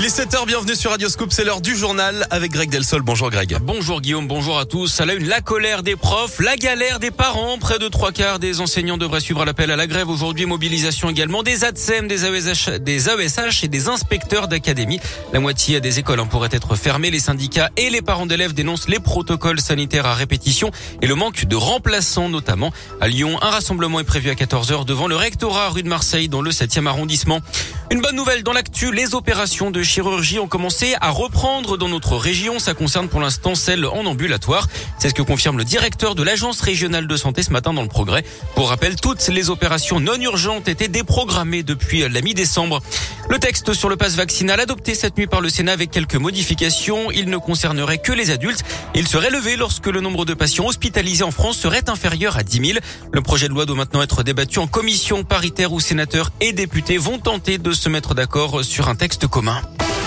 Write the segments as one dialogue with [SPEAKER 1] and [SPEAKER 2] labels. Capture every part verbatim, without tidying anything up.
[SPEAKER 1] dix-sept heures, bienvenue sur Radio Scoop, c'est l'heure du journal avec Greg Delsol. Bonjour Greg.
[SPEAKER 2] Bonjour Guillaume, bonjour à tous. À la une, la colère des profs, la galère des parents. Près de trois quarts des enseignants devraient suivre l'appel à la grève aujourd'hui. Mobilisation également des A T S E M, des A E S H, des A E S H et des inspecteurs d'académie. La moitié des écoles pourraient être fermées. Les syndicats et les parents d'élèves dénoncent les protocoles sanitaires à répétition et le manque de remplaçants notamment. À Lyon, un rassemblement est prévu à quatorze heures devant le rectorat rue de Marseille dans le septième arrondissement. Une bonne nouvelle dans l'actu, les opérations de chirurgie ont commencé à reprendre dans notre région. Ça concerne pour l'instant celles en ambulatoire. C'est ce que confirme le directeur de l'agence régionale de santé ce matin dans le Progrès. Pour rappel, toutes les opérations non urgentes étaient déprogrammées depuis la mi-décembre. Le texte sur le pass vaccinal adopté cette nuit par le Sénat avec quelques modifications. Il ne concernerait que les adultes. Il serait levé lorsque le nombre de patients hospitalisés en France serait inférieur à dix mille. Le projet de loi doit maintenant être débattu en commission paritaire où sénateurs et députés vont tenter de se mettre d'accord sur un texte commun.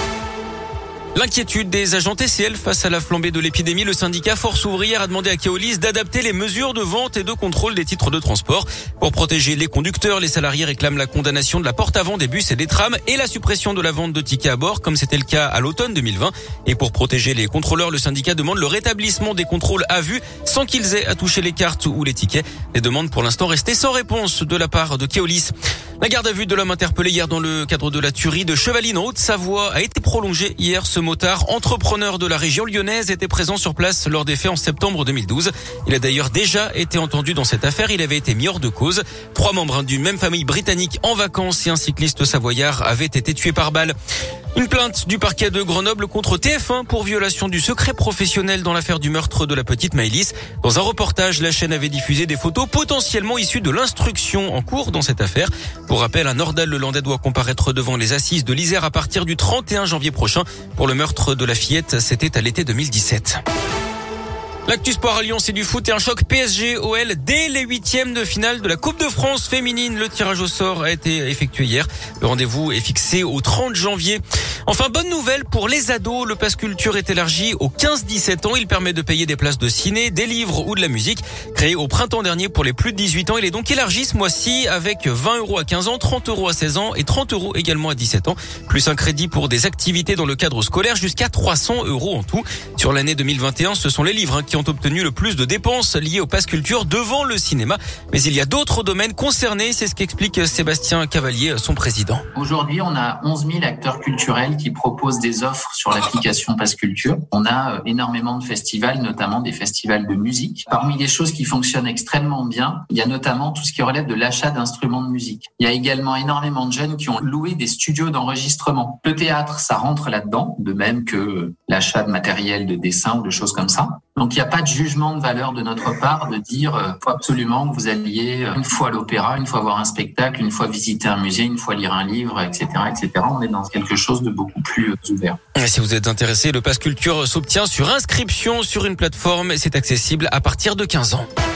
[SPEAKER 2] L'inquiétude des agents T C L face à la flambée de l'épidémie. Le syndicat Force ouvrière a demandé à Keolis d'adapter les mesures de vente et de contrôle des titres de transport. Pour protéger les conducteurs, les salariés réclament la condamnation de la porte avant des bus et des trams et la suppression de la vente de tickets à bord, comme c'était le cas à l'automne deux mille vingt. Et pour protéger les contrôleurs, le syndicat demande le rétablissement des contrôles à vue sans qu'ils aient à toucher les cartes ou les tickets. Les demandes pour l'instant restées sans réponse de la part de Keolis. La garde à vue de l'homme interpellé hier dans le cadre de la tuerie de Chevaline en Haute-Savoie a été prolongée hier. Ce motard, entrepreneur de la région lyonnaise, était présent sur place lors des faits en septembre deux mille douze. Il a d'ailleurs déjà été entendu dans cette affaire. Il avait été mis hors de cause. Trois membres d'une même famille britannique en vacances et un cycliste savoyard avaient été tués par balle. Une plainte du parquet de Grenoble contre T F un pour violation du secret professionnel dans l'affaire du meurtre de la petite Maëlys. Dans un reportage, la chaîne avait diffusé des photos potentiellement issues de l'instruction en cours dans cette affaire. Pour rappel, un Nordal-Lelandais doit comparaître devant les assises de l'Isère à partir du trente et un janvier prochain. Pour le meurtre de la fillette, c'était à l'été deux mille dix-sept. L'actu sport à Lyon, c'est du foot et un choc P S G O L dès les huitièmes de finale de la Coupe de France féminine. Le tirage au sort a été effectué hier. Le rendez-vous est fixé au trente janvier. Enfin, bonne nouvelle pour les ados. Le pass culture est élargi aux quinze dix-sept ans. Il permet de payer des places de ciné, des livres ou de la musique. Créé au printemps dernier pour les plus de dix-huit ans, il est donc élargi ce mois-ci avec vingt euros à quinze ans, trente euros à seize ans et trente euros également à dix-sept ans. Plus un crédit pour des activités dans le cadre scolaire jusqu'à trois cents euros en tout. Sur l'année deux mille vingt et un, ce sont les livres hein, qui ont obtenu le plus de dépenses liées au pass culture devant le cinéma. Mais il y a d'autres domaines concernés. C'est ce qu'explique Sébastien Cavalier, son président.
[SPEAKER 3] Aujourd'hui, on a onze mille acteurs culturels qui proposent des offres sur l'application Pass Culture. On a énormément de festivals, notamment des festivals de musique. Parmi les choses qui fonctionnent extrêmement bien, il y a notamment tout ce qui relève de l'achat d'instruments de musique. Il y a également énormément de jeunes qui ont loué des studios d'enregistrement. Le théâtre, ça rentre là-dedans, de même que l'achat de matériel de dessin ou de choses comme ça. Donc il n'y a pas de jugement de valeur de notre part de dire euh, faut absolument que vous alliez une fois à l'opéra, une fois voir un spectacle, une fois visiter un musée, une fois lire un livre, et cetera, et cetera. On est dans quelque chose de beaucoup plus ouvert.
[SPEAKER 2] Et si vous êtes intéressé, le Pass Culture s'obtient sur inscription sur une plateforme et c'est accessible à partir de quinze ans.